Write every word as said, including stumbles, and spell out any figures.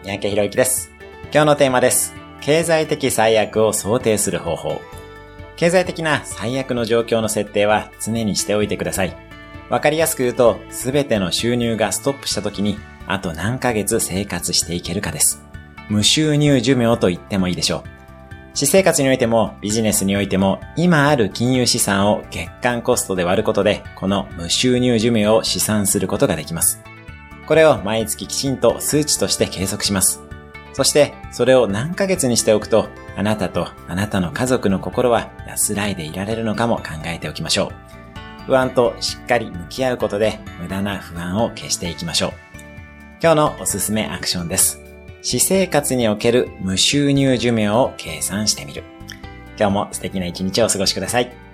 三宅博之です。今日のテーマです。経済的最悪を想定する方法。経済的な最悪の状況の設定は常にしておいてください。わかりやすく言うと、すべての収入がストップした時に、あと何ヶ月生活していけるかです。無収入寿命と言ってもいいでしょう。私生活においてもビジネスにおいても、今ある金融資産を月間コストで割ることで、この無収入寿命を試算することができます。これを毎月きちんと数値として計測します。そして、それを何ヶ月にしておくと、あなたとあなたの家族の心は安らいでいられるのかも考えておきましょう。不安としっかり向き合うことで、無駄な不安を消していきましょう。今日のおすすめアクションです。私生活における無収入寿命を計算してみる。今日も素敵な一日をお過ごしください。